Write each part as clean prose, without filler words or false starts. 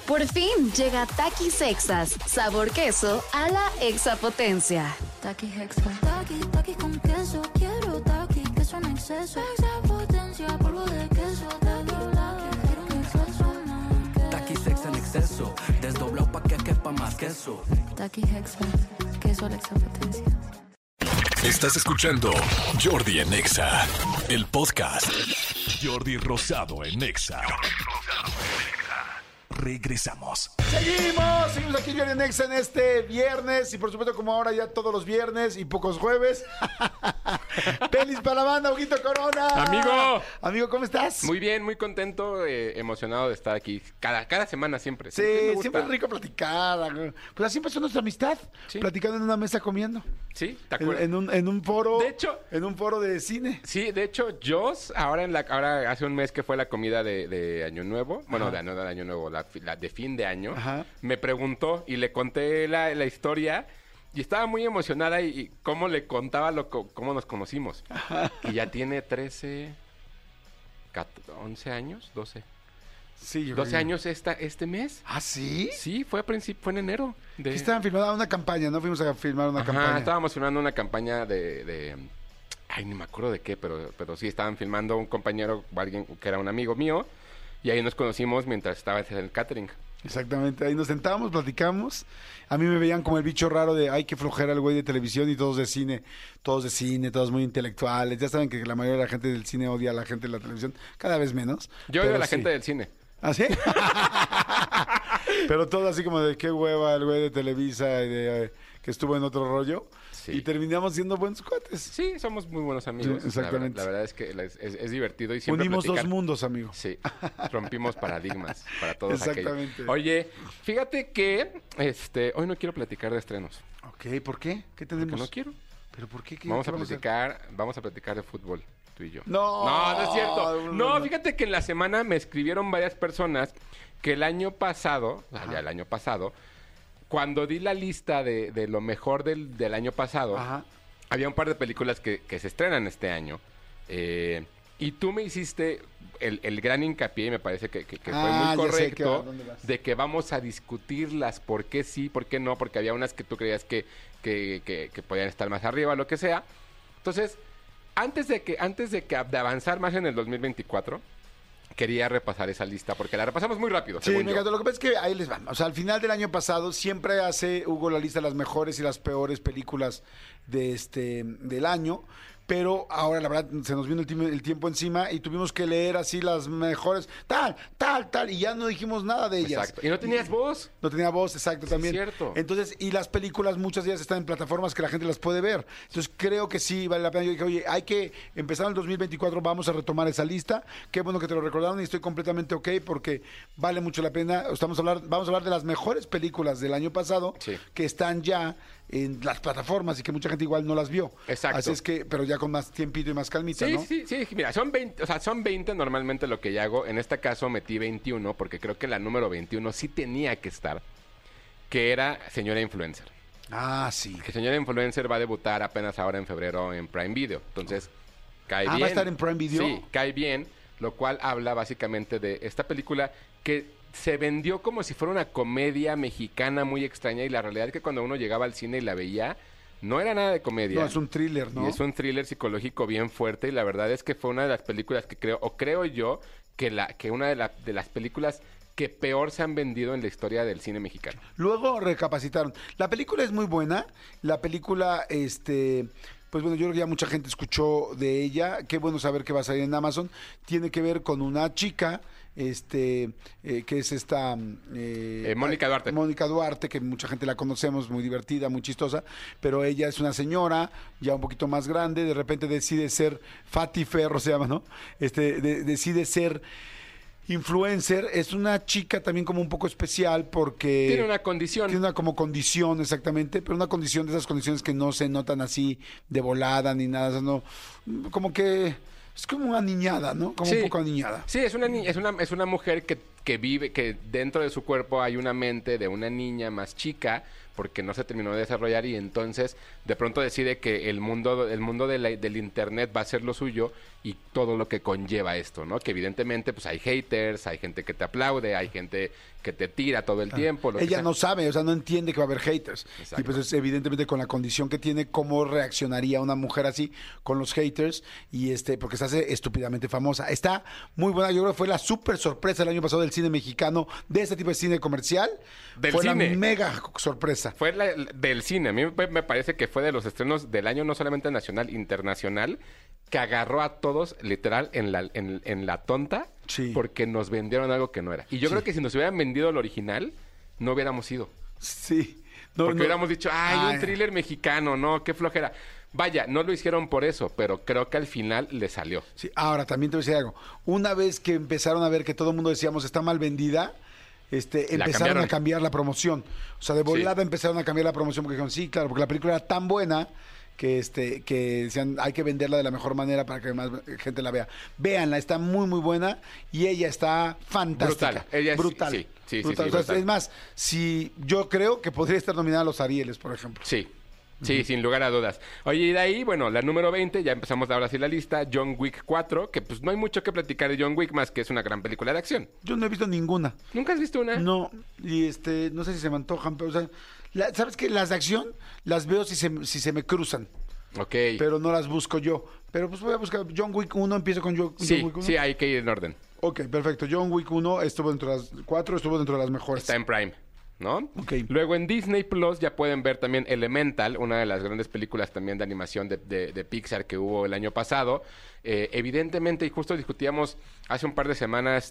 Por fin llega Takis Exas, sabor queso a la exapotencia. Takis Hexa. Takis con queso. Quiero Takis, queso en exceso. Exapotencia, polvo de queso. Quiero un exceso más. Takis Hexa en exceso. Desdoblado pa' que quepa más queso. Takis Hexa. Queso a la exapotencia. Estás escuchando Jordi en Exa, el podcast. Jordi Rosado en Exa. Regresamos. Seguimos aquí en Nexa en este viernes y por supuesto como ahora ya todos los viernes y pocos jueves. Pelis para la banda, Huguito Corona. Amigo, ¿cómo estás? Muy bien, muy contento, emocionado de estar aquí cada semana siempre. Sí, siempre es rico platicar. Pues así empezó nuestra amistad, sí. Platicando en una mesa comiendo. Sí, ¿te acuerdas? En un foro. De hecho, en un foro de cine. Sí, de hecho, Joss, ahora hace un mes que fue la comida de Año Nuevo, bueno, no de Año Nuevo, la de fin de año, ajá, me preguntó y le conté la historia y estaba muy emocionada y cómo le contaba cómo nos conocimos. Ajá. Y ya tiene 11 años, 12. Sí, 12 años este mes. ¿Ah, sí? Sí, fue en enero. ¿Qué estaban filmando? Una campaña, ¿no? Fuimos a filmar una campaña. Estábamos filmando una campaña de ay, ni me acuerdo de qué, pero sí estaban filmando un compañero, alguien que era un amigo mío, y ahí nos conocimos mientras estaba en el catering. Exactamente, ahí nos sentamos, platicamos. A mí me veían como el bicho raro de, ay, qué flojera el güey de televisión, y todos de cine, todos muy intelectuales. Ya saben que la mayoría de la gente del cine odia a la gente de la televisión, cada vez menos. Yo odio a la gente del cine. ¿Ah, sí? Pero todo así como de qué hueva el güey de Televisa y de que estuvo en otro rollo. Sí. Y terminamos siendo buenos cuates. Sí, somos muy buenos amigos. Sí, exactamente. La verdad es que es divertido y siempre unimos dos mundos, amigo. Sí, rompimos paradigmas para todos. Exactamente. Aquellos. Oye, fíjate que hoy no quiero platicar de estrenos. Ok, ¿por qué? ¿Qué tenemos? Porque no quiero. ¿Pero por qué? Vamos a platicar de fútbol, tú y yo. No es cierto. No, fíjate que en la semana me escribieron varias personas que el año pasado, ya el año pasado, cuando di la lista de lo mejor del año pasado, ajá, había un par de películas que se estrenan este año. Y tú me hiciste el gran hincapié, y me parece que fue muy correcto, de que vamos a discutirlas, por qué sí, por qué no, porque había unas que tú creías que podían estar más arriba, lo que sea. Entonces, antes de avanzar más en el 2024... quería repasar esa lista, porque la repasamos muy rápido. Sí, me encantó. Lo que pasa es que ahí les van. O sea, al final del año pasado siempre hace Hugo la lista de las mejores y las peores películas del año. Pero ahora, la verdad, se nos vino el tiempo encima y tuvimos que leer así las mejores, tal, y ya no dijimos nada de ellas. Exacto. ¿Y no tenías voz? No tenía voz, exacto, también. Es cierto. Entonces, y las películas, muchas de ellas están en plataformas que la gente las puede ver. Entonces, creo que sí vale la pena. Yo dije, oye, hay que empezar en el 2024, vamos a retomar esa lista. Qué bueno que te lo recordaron y estoy completamente ok porque vale mucho la pena. Vamos a hablar de las mejores películas del año pasado, sí, que están ya en las plataformas y que mucha gente igual no las vio. Exacto. Así es que, pero ya con más tiempito y más calmita, sí, ¿no? Sí, mira, son 20 normalmente lo que yo hago. En este caso metí 21 porque creo que la número 21 sí tenía que estar, que era Señora Influencer. Ah, sí. Que Señora Influencer va a debutar apenas ahora en febrero en Prime Video. Entonces, cae bien. ¿Va a estar en Prime Video? Sí, cae bien, lo cual habla básicamente de esta película que se vendió como si fuera una comedia mexicana muy extraña, y la realidad es que cuando uno llegaba al cine y la veía, no era nada de comedia. No, es un thriller, ¿no? Y es un thriller psicológico bien fuerte, y la verdad es que fue una de las películas que creo yo, que una de las películas que peor se han vendido en la historia del cine mexicano. Luego recapacitaron. La película es muy buena. La película, pues bueno, yo creo que ya mucha gente escuchó de ella. Qué bueno saber que va a salir en Amazon. Tiene que ver con una chica, que es esta... Mónica Duarte. Mónica Duarte, que mucha gente la conocemos, muy divertida, muy chistosa, pero ella es una señora, ya un poquito más grande, de repente decide ser, Fati Ferro se llama, ¿no? Decide ser influencer. Es una chica también como un poco especial porque... Tiene una condición. Tiene una como condición, exactamente, pero una condición de esas condiciones que no se notan así de volada ni nada, o sea, no, como que... Es como una niñada, ¿no? Como un poco aniñada. Sí, es una mujer que vive, que dentro de su cuerpo hay una mente de una niña más chica, porque no se terminó de desarrollar y entonces de pronto decide que el mundo del internet va a ser lo suyo y todo lo que conlleva esto, ¿no? Que evidentemente pues hay haters, hay gente que te aplaude, hay gente que te tira todo el tiempo. Ella no sabe, o sea, no entiende que va a haber haters. Exacto. Y pues es evidentemente con la condición que tiene, cómo reaccionaría una mujer así con los haters y porque se hace estúpidamente famosa. Está muy buena, yo creo que fue la súper sorpresa el año pasado del cine mexicano, de este tipo de cine comercial. Fue la mega sorpresa. Fue del cine. A mí me parece que fue de los estrenos del año, no solamente nacional, internacional, que agarró a todos, literal, en la tonta, sí, porque nos vendieron algo que no era. Y yo creo que si nos hubieran vendido el original, no hubiéramos ido. Sí. Porque hubiéramos dicho, un thriller mexicano, no, qué flojera. Vaya, no lo hicieron por eso, pero creo que al final le salió. Sí, ahora también te voy a decir algo. Una vez que empezaron a ver que todo el mundo decíamos está mal vendida, empezaron a cambiar la promoción. O sea, de volada empezaron a cambiar la promoción porque dijeron, sí, claro, porque la película era tan buena que decían, hay que venderla de la mejor manera para que más gente la vea. Véanla, está muy, muy buena y ella está fantástica. Brutal. Ella es, brutal. Sí, brutal. O sea, brutal. Es más, yo creo que podría estar nominada a los Arieles, por ejemplo. Sí. Sí, sin lugar a dudas. Oye, y de ahí, bueno, la número 20, ya empezamos ahora sí la lista, John Wick 4, que pues no hay mucho que platicar de John Wick, más que es una gran película de acción. Yo no he visto ninguna. ¿Nunca has visto una? No, y no sé si se me antojan, pero, o sea, ¿sabes qué? Las de acción las veo si se me cruzan. Ok. Pero no las busco yo. Pero pues voy a buscar John Wick 1, empiezo con John Wick 1. Sí, hay que ir en orden. Ok, perfecto. John Wick 1 estuvo dentro de las 4, estuvo dentro de las mejores. Está en Prime, ¿no? Ok. Luego en Disney Plus ya pueden ver también Elemental, una de las grandes películas también de animación de Pixar que hubo el año pasado. Evidentemente, y justo discutíamos hace un par de semanas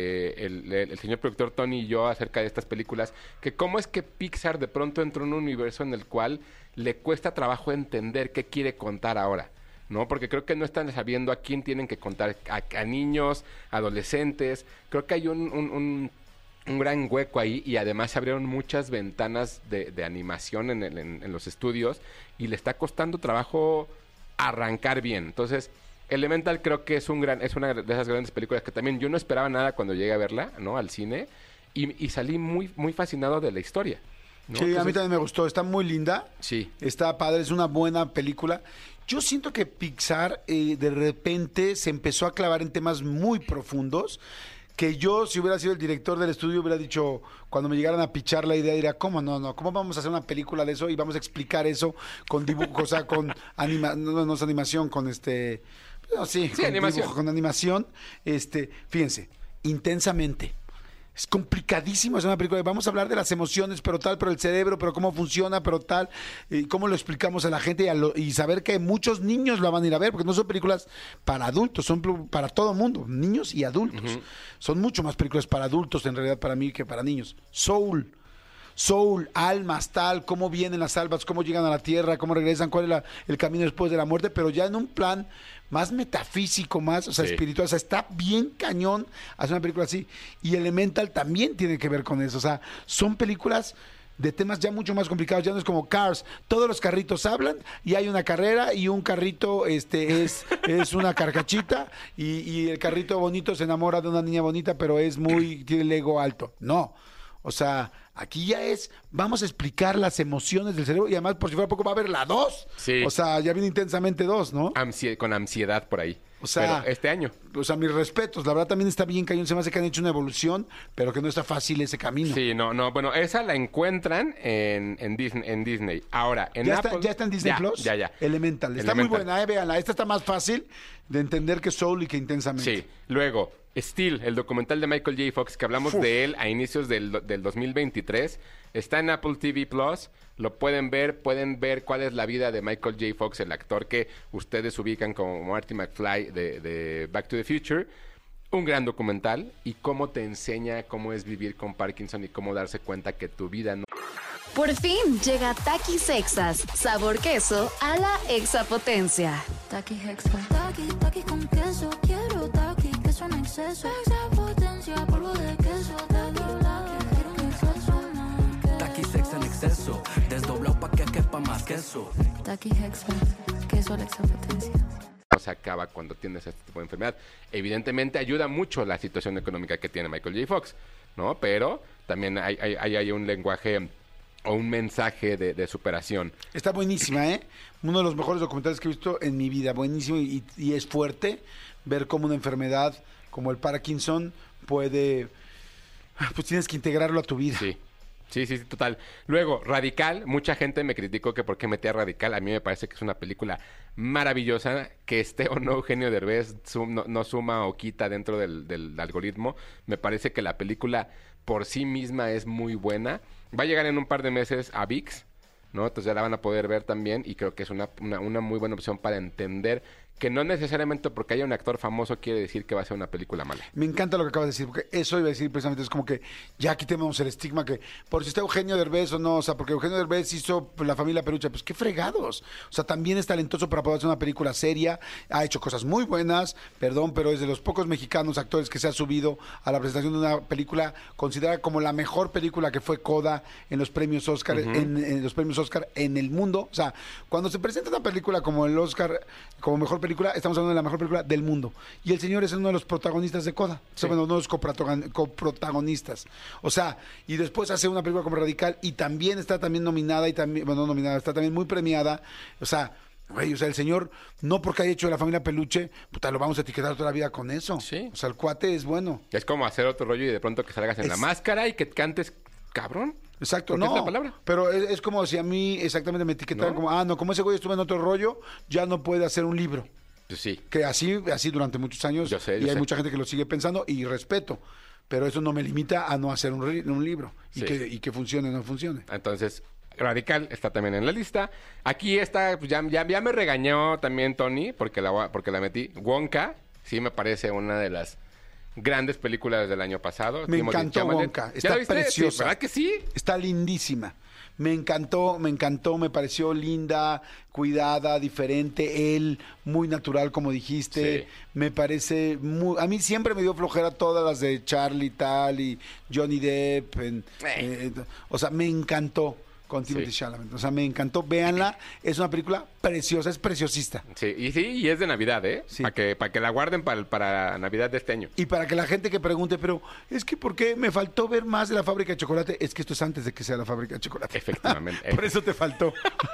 el señor productor Tony y yo acerca de estas películas, que cómo es que Pixar de pronto entró en un universo en el cual le cuesta trabajo entender qué quiere contar ahora, ¿no? Porque creo que no están sabiendo a quién tienen que contar, a niños, adolescentes. Creo que hay un gran hueco ahí y además se abrieron muchas ventanas de animación en los estudios y le está costando trabajo arrancar bien. Entonces, Elemental creo que es una de esas grandes películas que también yo no esperaba nada cuando llegué a verla, ¿no? Al cine y salí muy, muy fascinado de la historia, ¿no? Sí, entonces, a mí también me gustó. Está muy linda. Sí. Está padre, es una buena película. Yo siento que Pixar de repente se empezó a clavar en temas muy profundos que yo, si hubiera sido el director del estudio, hubiera dicho, cuando me llegaran a pichar la idea, diría, ¿cómo no? ¿Cómo vamos a hacer una película de eso y vamos a explicar eso con dibujo, o sea, con no es animación, con con animación. Dibujo, con animación, fíjense, Intensamente. Es complicadísimo, es una película. Vamos a hablar de las emociones, pero el cerebro, pero cómo funciona, pero tal, y cómo lo explicamos a la gente y saber que muchos niños la van a ir a ver, porque no son películas para adultos, son para todo mundo, niños y adultos. Uh-huh. Son mucho más películas para adultos, en realidad, para mí, que para niños. Soul, almas, tal, cómo vienen las almas, cómo llegan a la tierra, cómo regresan, cuál es el camino después de la muerte, pero ya en un plan más metafísico, más, espiritual. O sea, está bien cañón hacer una película así. Y Elemental también tiene que ver con eso. O sea, son películas de temas ya mucho más complicados. Ya no es como Cars. Todos los carritos hablan y hay una carrera y un carrito es una carcachita y el carrito bonito se enamora de una niña bonita, pero tiene el ego alto. No. O sea, aquí ya vamos a explicar las emociones del cerebro y además, por si fuera poco, va a haber la 2. Sí. O sea, ya viene Intensamente 2, ¿no? Con ansiedad por ahí. O sea, pero este año. O sea, mis respetos. La verdad también está bien cañón. Se me hace que han hecho una evolución, pero que no está fácil ese camino. Sí, no. Bueno, esa la encuentran en Disney. Ahora, en ¿Ya Apple... ¿Ya está en Disney Plus? Ya. Elemental. Está muy buena, véanla. Esta está más fácil de entender que Soul y que Intensamente. Sí. Luego, Steel, el documental de Michael J. Fox, que hablamos de él a inicios del 2023, está en Apple TV Plus. Lo pueden ver cuál es la vida de Michael J. Fox, el actor que ustedes ubican como Marty McFly de Back to the Future. Un gran documental y cómo te enseña cómo es vivir con Parkinson y cómo darse cuenta que tu vida no... Por fin llega Takis Exas, sabor queso a la exapotencia. Takis Hexa. Takis con queso, quiero Takis, queso en exceso. Exapotencia, polvo de queso, quiero un exceso más. Takis Hexa en exceso, desdoblado pa' que quepa más queso. Takis Hexa, queso a la exapotencia. No se acaba cuando tienes este tipo de enfermedad. Evidentemente ayuda mucho la situación económica que tiene Michael J. Fox, ¿no? Pero también hay un lenguaje o un mensaje de superación. Está buenísima, ¿eh? Uno de los mejores documentales que he visto en mi vida. Buenísimo y es fuerte ver cómo una enfermedad como el Parkinson puede... Pues tienes que integrarlo a tu vida. Sí, total. Luego, Radical. Mucha gente me criticó que por qué metía Radical. A mí me parece que es una película maravillosa. Que esté o no Eugenio Derbez no suma o quita dentro del algoritmo. Me parece que la película por sí misma es muy buena. Va a llegar en un par de meses a ViX, ¿no? Entonces ya la van a poder ver también. Y creo que es una muy buena opción para entender que no necesariamente porque haya un actor famoso quiere decir que va a ser una película mala. Me encanta lo que acabas de decir, porque eso iba a decir precisamente, es como que ya quitemos el estigma que por si está Eugenio Derbez o no, o sea, porque Eugenio Derbez hizo La Familia Peluche, pues qué fregados. O sea, también es talentoso para poder hacer una película seria, ha hecho cosas muy buenas, perdón, pero es de los pocos mexicanos actores que se ha subido a la presentación de una película considerada como la mejor película que fue Coda en los premios Oscar, en los premios Oscar en el mundo. O sea, cuando se presenta una película como el Oscar, como mejor película, estamos hablando de la mejor película del mundo. Y el señor es uno de los protagonistas de Coda. Sí. O sea, bueno, uno de los coprotagonistas. O sea, y después hace una película como Radical y también está también nominada y también, bueno, no nominada, está también muy premiada. O sea, güey, o sea, el señor, no porque haya hecho La Familia Peluche, puta, lo vamos a etiquetar toda la vida con eso. Sí. O sea, el cuate es bueno. Es como hacer otro rollo y de pronto que salgas en la máscara y que cantes cabrón. Exacto, no. no, Es la palabra. Pero es como si a mí exactamente me etiquetaran como, no, como ese güey estuvo en otro rollo, ya no puede hacer un libro. Pues sí. Que así durante muchos años. Yo sé. Mucha gente que lo sigue pensando y respeto. Pero eso no me limita a no hacer un libro. Sí. Y que funcione o no funcione. Entonces, Radical está también en la lista. Aquí está, pues ya me regañó también Tony porque la metí. Wonka, sí me parece una de las grandes películas del año pasado. Me encantó Wonka. Está preciosa. Sí, ¿verdad que sí? Está lindísima. Me encantó, me pareció linda, cuidada, diferente, él muy natural, como dijiste. Sí. Me parece muy... A mí siempre me dio flojera todas las de Charlie tal y Johnny Depp. O sea, me encantó con Timothée Chalamet. O sea, me encantó. Véanla, es una película preciosa, es preciosista. Sí, y es de Navidad, ¿eh? Sí. Para que la guarden para Navidad de este año. Y para que la gente que pregunte, pero es que ¿por qué me faltó ver más de La Fábrica de Chocolate? Es que esto es antes de que sea La Fábrica de Chocolate. Efectivamente. Por eso te faltó.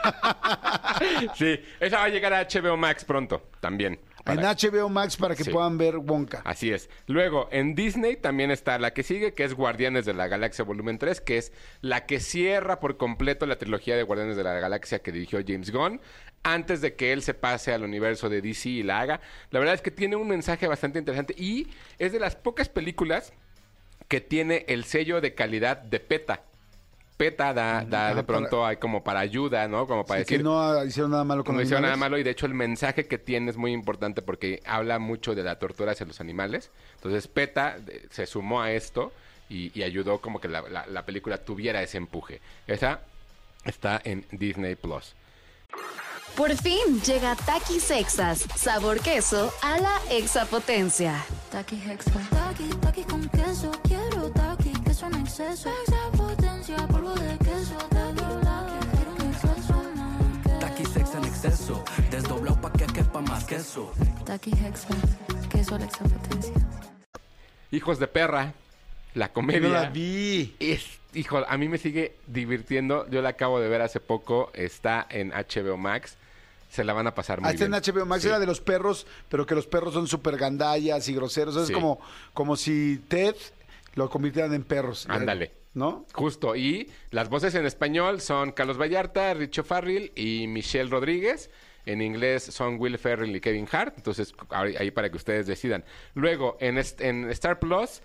Sí, esa va a llegar a HBO Max pronto, también. En HBO Max para que puedan ver Wonka. Así es. Luego, en Disney también está la que sigue, que es Guardianes de la Galaxia Volumen 3, que es la que cierra por completo la trilogía de Guardianes de la Galaxia que dirigió James Gunn, antes de que él se pase al universo de DC y la haga. La verdad es que tiene un mensaje bastante interesante y es de las pocas películas que tiene el sello de calidad de PETA. PETA da de pronto hay como para ayuda, ¿no? Como para decir... que no hicieron nada malo con los animales. No hicieron nada malo y de hecho el mensaje que tiene es muy importante porque habla mucho de la tortura hacia los animales. Entonces PETA se sumó a esto y ayudó como que la película tuviera ese empuje. Esa está en Disney Plus. Por fin llega Takis Exas, sabor queso a la exapotencia. Takis Extra. Takis con queso. Quiero Takis, queso en exceso. Exapotencia, polvo de queso. Quiero un exceso más. Takis Extra en exceso, desdoblado pa' que quepa más queso. Takis Extra, queso a la exapotencia. Hijos de perra, la comedia. No la vi. Hijo, a mí me sigue divirtiendo. Yo la acabo de ver hace poco. Está en HBO Max. Se la van a pasar muy bien. Está en HBO Max, era de los perros, pero que los perros son súper gandallas y groseros. Es como si Ted lo convirtieran en perros. Ándale. ¿No? Justo. Y las voces en español son Carlos Vallarta, Richo Farrell y Michelle Rodríguez. En inglés son Will Ferrell y Kevin Hart. Entonces, ahí para que ustedes decidan. Luego, en Star Plus...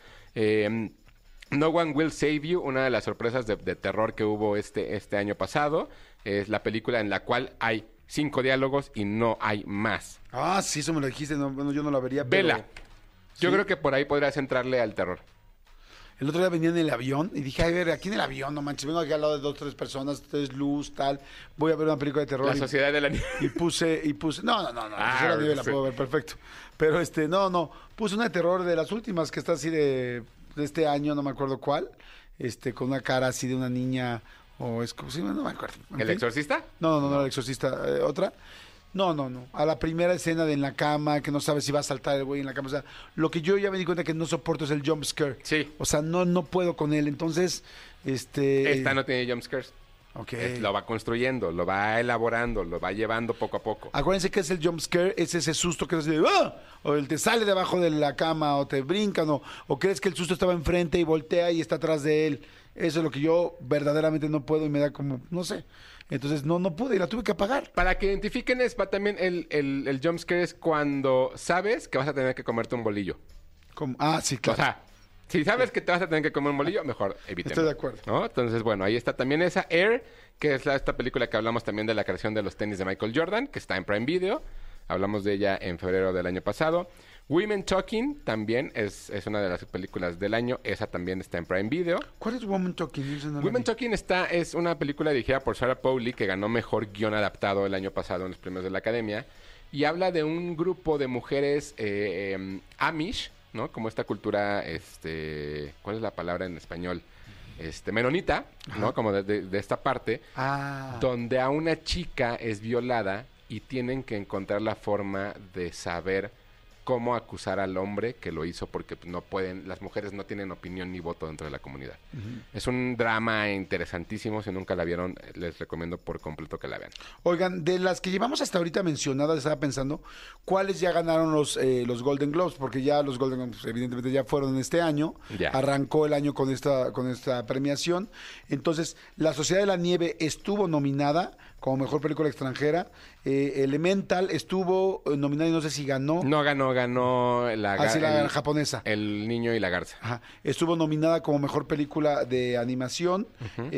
No One Will Save You, una de las sorpresas de terror que hubo este año pasado, es la película en la cual hay 5 diálogos y no hay más. Ah, sí, eso me lo dijiste. No, bueno, yo no la vería, pero... Vela. Yo creo que por ahí podrías entrarle al terror. El otro día venía en el avión y dije, a ver, aquí en el avión, no manches, vengo aquí al lado de 2 o 3 personas, 3 luz, tal, voy a ver una película de terror. La Sociedad de la Nieve. Y puse, no, la Sociedad de la Nieve la puedo ver, perfecto. Pero puse una de terror de las últimas que está así de este año, no me acuerdo cuál, con una cara así de una niña, o es como si, no me acuerdo. ¿El Exorcista? No, el Exorcista, otra. No. A la primera escena de en la cama, que no sabes si va a saltar el güey en la cama. O sea, lo que yo ya me di cuenta que no soporto es el jump scare. Sí. O sea, no puedo con él. Entonces, Esta no tiene jump scares. Ok. Lo va construyendo, lo va elaborando, lo va llevando poco a poco. Acuérdense que es el jump scare, es ese susto que es de ¡ah! O el te sale debajo de la cama, o te brincan, o crees que el susto estaba enfrente y voltea y está atrás de él. Eso es lo que yo verdaderamente no puedo y me da como, no sé. Entonces no pude y la tuve que apagar. Para que identifiquen va también el jump scare es cuando sabes que vas a tener que comerte un bolillo. Sí, claro. O sea, si sabes que te vas a tener que comer un bolillo, mejor evítalo. Estoy de acuerdo. ¿No? Entonces, bueno, ahí está también esa Air, que es esta película que hablamos también de la creación de los tenis de Michael Jordan, que está en Prime Video. Hablamos de ella en febrero del año pasado. Women Talking también es una de las películas del año. Esa también está en Prime Video. ¿Cuál es Woman Talking? Women Talking es una película dirigida por Sarah Polley que ganó mejor guión adaptado el año pasado en los premios de la Academia. Y habla de un grupo de mujeres Amish, ¿no? Como esta cultura, ¿cuál es la palabra en español? Menonita, ¿no? Como de esta parte, donde a una chica es violada y tienen que encontrar la forma de saber cómo acusar al hombre que lo hizo porque no pueden, las mujeres no tienen opinión ni voto dentro de la comunidad. Es un drama interesantísimo, si nunca la vieron, les recomiendo por completo que la vean. Oigan, de las que llevamos hasta ahorita mencionadas, estaba pensando, ¿cuáles ya ganaron los Golden Globes? Porque ya los Golden Globes evidentemente ya fueron en este año, ya. Arrancó el año con esta premiación. Entonces, La Sociedad de la Nieve estuvo nominada como mejor película extranjera. Elemental estuvo nominada y no sé si ganó. No ganó la japonesa. El niño y la garza. Ajá. Estuvo nominada como mejor película de animación.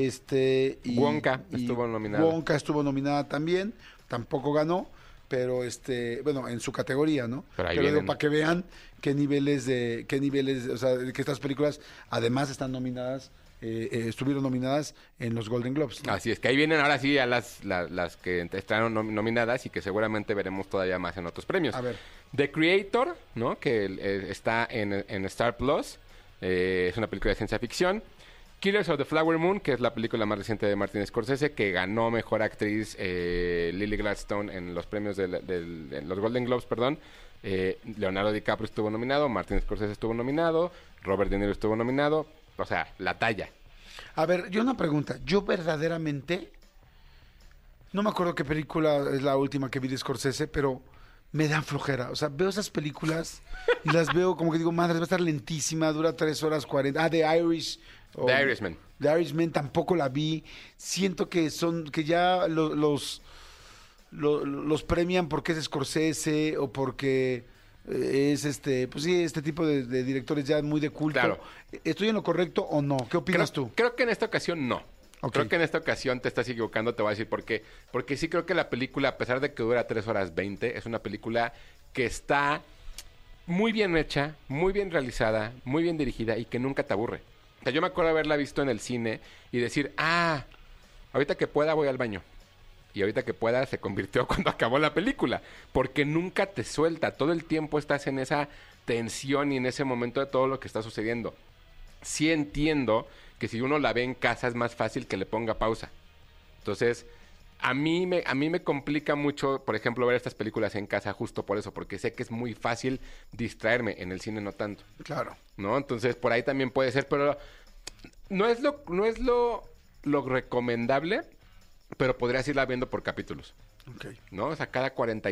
Wonka estuvo nominada. Wonka estuvo nominada también. Tampoco ganó, pero bueno, en su categoría, ¿no? Pero para que vean qué niveles, o sea, que estas películas además están nominadas. Estuvieron nominadas en los Golden Globes, ¿no? Así es, que ahí vienen ahora sí a las que están nominadas y que seguramente veremos todavía más en otros premios. A ver. The Creator, ¿no? Que está en Star Plus, es una película de ciencia ficción. Killers of the Flower Moon, que es la película más reciente de Martin Scorsese, que ganó mejor actriz Lily Gladstone en los premios en los Golden Globes, perdón. Leonardo DiCaprio estuvo nominado, Martin Scorsese estuvo nominado, Robert De Niro estuvo nominado. O sea, la talla. A ver, yo una pregunta. Yo verdaderamente no me acuerdo qué película es la última que vi de Scorsese, pero me dan flojera. O sea, veo esas películas y las veo como que digo, madre, va a estar lentísima, dura 3 horas 40. The Irish. The Irishman. The Irishman tampoco la vi. Siento que ya los premian porque es Scorsese o porque es pues sí, este tipo de directores ya muy de culto. Claro. ¿Estoy en lo correcto o no? ¿Qué opinas tú? Creo que en esta ocasión no. Okay. Creo que en esta ocasión te estás equivocando, te voy a decir por qué. Porque sí creo que la película, a pesar de que dura 3 horas 20, es una película que está muy bien hecha, muy bien realizada, muy bien dirigida y que nunca te aburre. O sea, yo me acuerdo de haberla visto en el cine y decir, ahorita que pueda voy al baño. Y ahorita que pueda se convirtió cuando acabó la película. Porque nunca te suelta. Todo el tiempo estás en esa tensión y en ese momento de todo lo que está sucediendo. Sí entiendo que si uno la ve en casa es más fácil que le ponga pausa. Entonces, a mí me complica mucho, por ejemplo, ver estas películas en casa justo por eso. Porque sé que es muy fácil distraerme. En el cine no tanto. Claro. ¿No? Entonces, por ahí también puede ser. Pero no es lo recomendable. Pero podrías irla viendo por capítulos. Okay. ¿No? O sea, cada 40,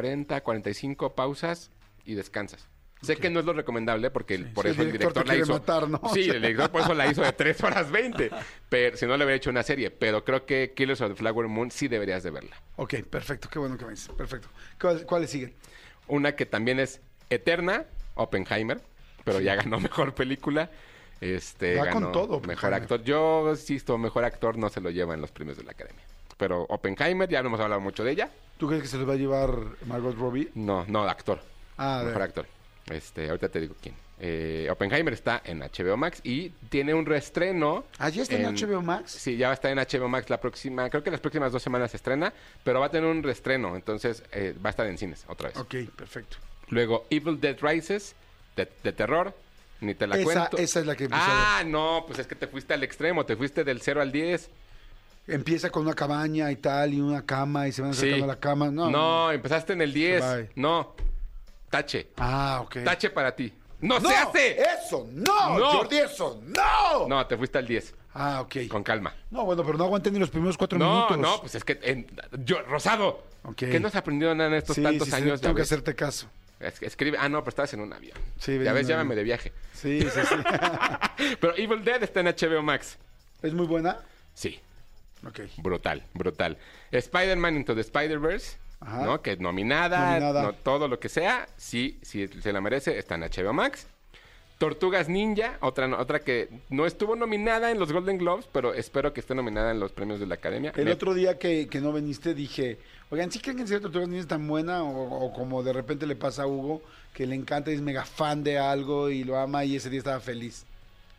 45 pausas y descansas. Sé que no es lo recomendable porque por eso el director la hizo. Matar, ¿no? Sí, el director por eso la hizo de 3 horas 20. Pero si no le hubiera hecho una serie. Pero creo que Killers of the Flower Moon sí deberías de verla. Ok, perfecto. Qué bueno que me dices. Perfecto. ¿Cuáles siguen? Una que también es eterna, Oppenheimer. Pero ya ganó mejor película. Va con todo, mejor actor. Yo insisto, mejor actor no se lo lleva en los premios de la Academia. Pero Oppenheimer, ya no hemos hablado mucho de ella. ¿Tú crees que se los va a llevar Margot Robbie? No, actor. Mejor actor. Ahorita te digo quién. Oppenheimer está en HBO Max y tiene un reestreno. ¿Ya está en HBO Max? Sí, ya va a estar en HBO Max creo que las próximas 2 semanas se estrena, pero va a tener un reestreno, entonces va a estar en cines otra vez. Ok, perfecto. Luego, Evil Dead Rises, de terror. Ni te la cuento. Esa es la que no, pues es que te fuiste al extremo, te fuiste del 0 al 10. Empieza con una cabaña y tal, y una cama, y se van acercando a la cama. No, empezaste en el 10. Bye. No, tache. Ok. Tache para ti. ¡No se hace! ¡Eso! ¡No! No. ¡Jordi, eso! ¡No! No, te fuiste al 10. Ah, ok. Con calma. No, bueno, pero no aguanté ni los primeros 4 No, minutos. no, pues es que... Rosado, Ok. ¿qué no has aprendido nada en estos tantos años? tengo Ya que ves. hacerte caso. Escribe... Ah, no, pero estabas en un avión. Sí, ya venía ves, en un llámame avión. de viaje. Sí, sí, sí. Pero Evil Dead está en HBO Max. ¿Es muy buena? Sí, Ok. brutal, brutal. Spider-Man Into the Spider-Verse, Ajá. ¿no? Que es nominada, Nominada. no, todo lo que sea. Sí, sí, se la merece, está en HBO Max. Tortugas Ninja, otra que no estuvo nominada en los Golden Globes, pero espero que esté nominada en los premios de la Academia. El otro día que no viniste dije, oigan, ¿sí creen que en serio Tortugas Ninja es tan buena? O como de repente le pasa a Hugo, que le encanta y es mega fan de algo y lo ama y ese día estaba feliz.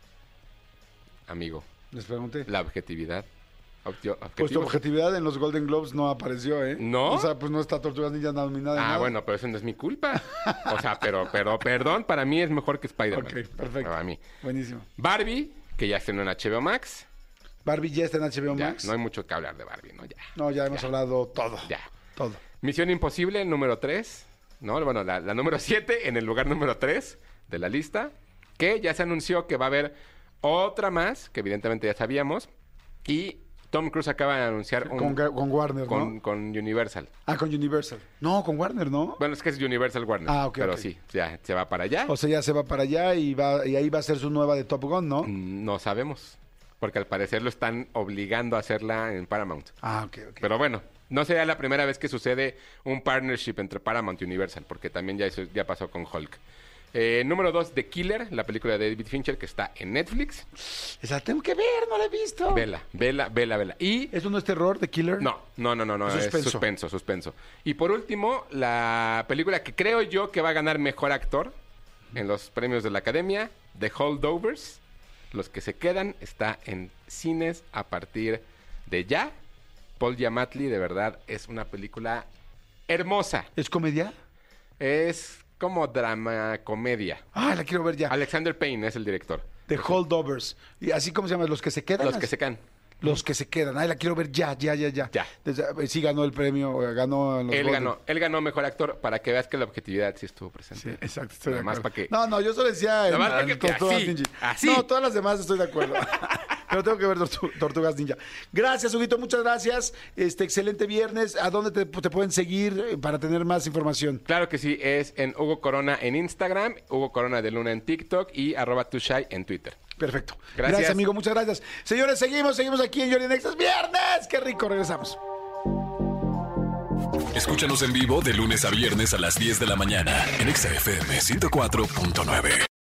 Amigo, Les pregunté. la objetividad. Pues tu Objetivo. objetividad en los Golden Globes no apareció, ¿eh? ¿No? O sea, pues no está Tortugas Ninja nominada en nada. Bueno, pero eso no es mi culpa. O sea, pero perdón, para mí es mejor que Spider-Man. Ok, perfecto. Para mí. Buenísimo. Barbie, que ya estrenó en HBO Max. Barbie ya está en HBO Ya, Max. no hay mucho que hablar de Barbie, ¿no? Ya. No, ya hemos hablado todo. Ya. Todo. Misión Imposible, número 3. ¿No? Bueno, la número 7 en el lugar número 3 de la lista. Que ya se anunció que va a haber otra más, que evidentemente ya sabíamos. Y Tom Cruise acaba de anunciar Con Warner, ¿no? con Universal. Ah, con Universal. No, con Warner, ¿no? Bueno, es que es Universal Warner. Ah, ok, Pero ok. sí, ya se va para allá. O sea, ya se va para allá y ahí va a ser su nueva de Top Gun, ¿no? No sabemos. Porque al parecer lo están obligando a hacerla en Paramount. Ah, ok, ok. Pero bueno, no sería la primera vez que sucede un partnership entre Paramount y Universal, porque también ya pasó con Hulk. Número 2, The Killer, la película de David Fincher que está en Netflix. Esa tengo que ver, no la he visto. Vela. Y ¿Eso no es terror, The Killer? no, Es es suspenso. Y por último, la película que creo yo que va a ganar mejor actor en los premios de la Academia, The Holdovers. Los que se quedan, está en cines a partir de ya. Paul Giamatti, de verdad, es una película hermosa. ¿Es comedia? Es como drama, comedia. Ah, la quiero ver ya. Alexander Payne es el director. The Holdovers. ¿Y así cómo se llama? ¿Los que se quedan? Los que se quedan. Los que se quedan. Ay, la quiero ver ya. Ya. Sí ganó el premio, ganó en los Golden. Él ganó mejor actor para que veas que la objetividad sí estuvo presente. Sí, exacto, estoy de Nada más acuerdo. para que... No, yo solo decía Nada más para en que- Tortugas así, Ninja. así. No, todas las demás estoy de acuerdo. Pero tengo que ver Tortugas Ninja. Gracias, Huguito, muchas gracias. Excelente viernes. ¿A dónde te pueden seguir para tener más información? Claro que sí, es en Hugo Corona en Instagram, Hugo Corona de Luna en TikTok y @tushai en Twitter. Perfecto. Gracias. Amigo, muchas gracias. Señores, seguimos aquí en Jordi Nexa. ¡Es viernes! ¡Qué rico! Regresamos. Escúchanos en vivo de lunes a viernes a las 10 de la mañana en Exa FM 104.9.